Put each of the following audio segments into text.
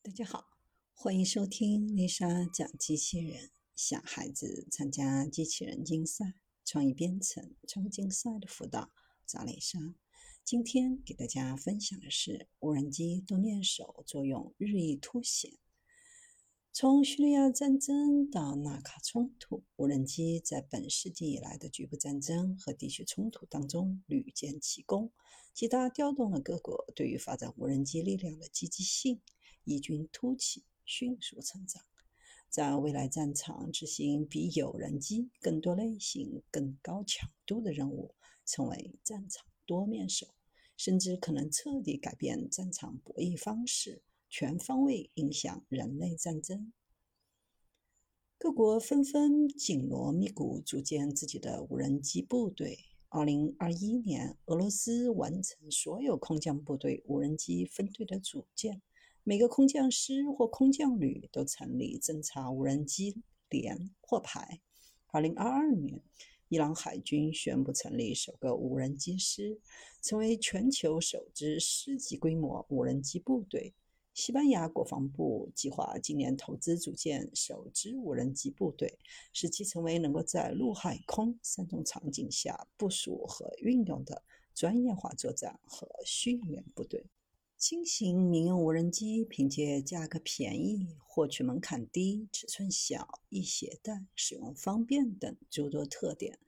大家好，欢迎收听丽莎讲机器人。想孩子参加机器人竞赛、创意编程、创客竞赛的辅导，找丽莎。今天给大家分享的是无人机多面手作用日益凸显。从叙利亚战争到纳卡冲突，无人机在本世纪以来的局部战争和地区冲突当中屡建奇功，极大调动了各国对于发展无人机力量的积极性，异军突起，迅速成长。在未来战场执行比有人机更多类型、更高强度的任务，成为战场多面手，甚至可能彻底改变战场博弈方式，全方位影响人类战争。各国纷纷紧锣密鼓组建自己的无人机部队。2021年，俄罗斯完成所有空降部队无人机分队的组建，每个空降师或空降旅都成立侦察无人机连或排。2022年，伊朗海军宣布成立首个无人机师，成为全球首支师级规模无人机部队。西班牙国防部计划今年投资组建首支无人机部队，使其成为能够在陆海空三种场景下部署和运用的专业化作战和训练部队。轻型民用无人机凭借价格便宜、获取门槛低、尺寸小、易携带、使用方便等诸多特点，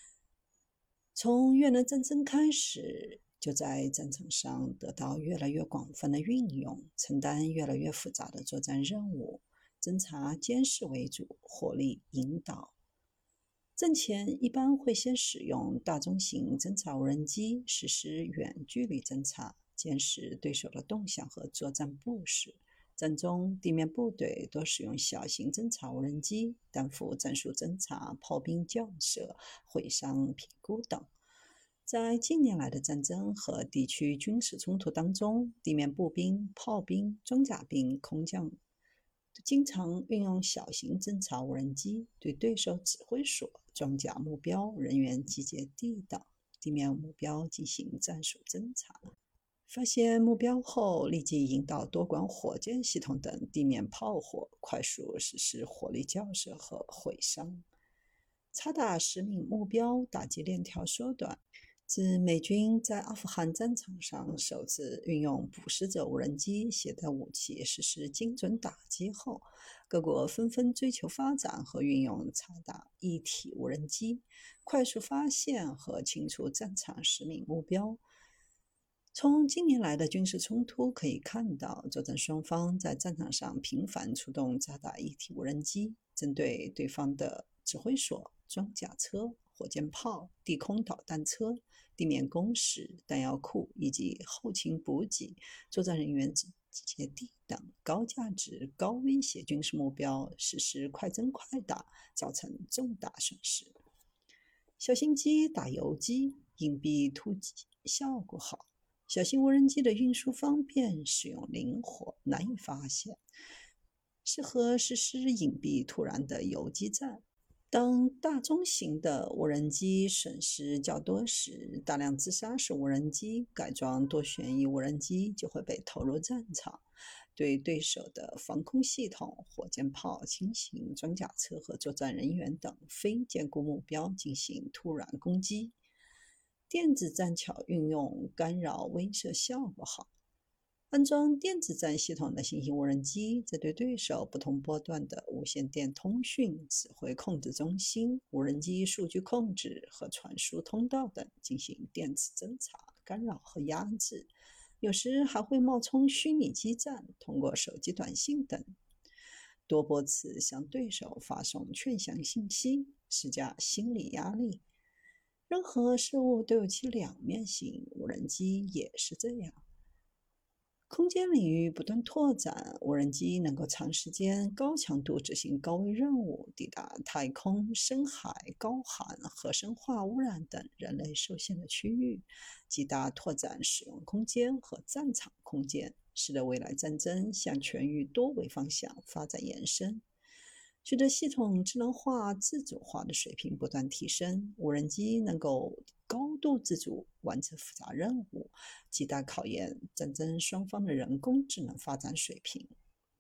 从越南战争开始，就在战场上得到越来越广泛的运用，承担越来越复杂的作战任务，侦察监视为主，火力引导。战前一般会先使用大中型侦察无人机实施远距离侦察，监视对手的动向和作战部署。战中，地面部队多使用小型侦察无人机，担负战术侦察、炮兵校射、毁伤评估等。在近年来的战争和地区军事冲突当中，地面步兵、炮兵、装甲兵、空降经常运用小型侦察无人机对对手指挥所、装甲目标、人员集结地等地面目标进行战术侦察。发现目标后，立即引导多管火箭系统等地面炮火，快速实施火力校射和毁伤，插打实名目标，打击链条缩短。自美军在阿富汗战场上首次运用捕食者无人机携带武器实施精准打击后，各国纷纷追求发展和运用插打一体无人机，快速发现和清除战场实名目标。从近年来的军事冲突可以看到，作战双方在战场上频繁出动扎达一体无人机，针对对方的指挥所、装甲车、火箭炮、地空导弹车、地面工事、弹药库以及后勤补给、作战人员集结地等高价值、高威胁军事目标实施快侦快打，造成重大损失。小型机打游击，隐蔽突击效果好。小型无人机的运输方便，使用灵活，难以发现，适合实施隐蔽突然的游击战。当大中型的无人机损失较多时，大量自杀式无人机、改装多旋翼无人机就会被投入战场，对对手的防空系统、火箭炮、轻型装甲车和作战人员等非坚固目标进行突然攻击。电子战巧运用，干扰威慑效果好。安装电子战系统的新型无人机，在对对手不同波段的无线电通讯、指挥控制中心、无人机数据控制和传输通道等进行电子侦察、干扰和压制。有时还会冒充虚拟基站，通过手机短信等多波次向对手发送劝降信息，施加心理压力。任何事物都有其两面性，无人机也是这样。空间领域不断拓展，无人机能够长时间、高强度执行高危任务，抵达太空、深海、高寒、核生化污染等人类受限的区域，极大拓展使用空间和战场空间，使得未来战争向全域多维方向发展延伸。随着系统智能化、自主化的水平不断提升，无人机能够高度自主完成复杂任务，极大考验战争双方的人工智能发展水平。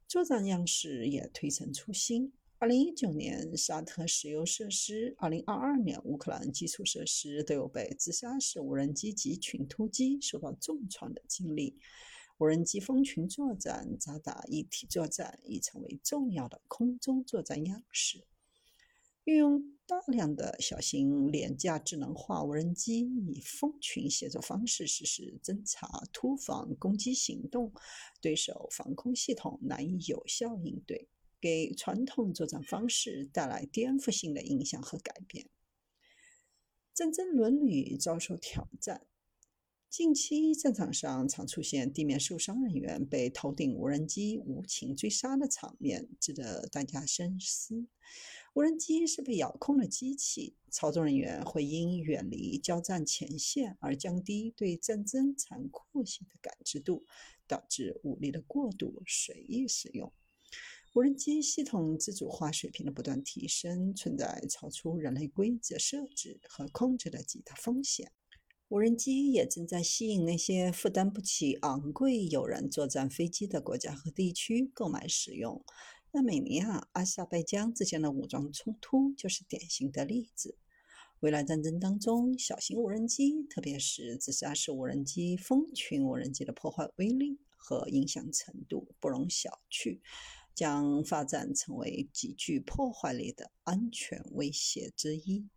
作战样式也推陈出新。2019年沙特石油设施，2022年乌克兰基础设施都有被自杀式无人机及群突击受到重创的经历。无人机蜂群作战、渣打一体作战已成为重要的空中作战样式。运用大量的小型廉价智能化无人机，以蜂群协作方式实施侦察、突防、攻击行动，对手防空系统难以有效应对，给传统作战方式带来颠覆性的影响和改变。战争伦理遭受挑战。近期战场上常出现地面受伤人员被头顶无人机无情追杀的场面，值得大家深思。无人机是被遥控的机器，操纵人员会因远离交战前线而降低对战争残酷性的感知度，导致武力的过度随意使用。无人机系统自主化水平的不断提升，存在超出人类规则设置和控制的极大风险。无人机也正在吸引那些负担不起昂贵有人作战飞机的国家和地区购买使用。亚美尼亚、阿塞拜疆之间的武装冲突就是典型的例子。未来战争当中，小型无人机，特别是自杀式无人机、蜂群无人机的破坏威力和影响程度不容小觑，将发展成为极具破坏力的安全威胁之一。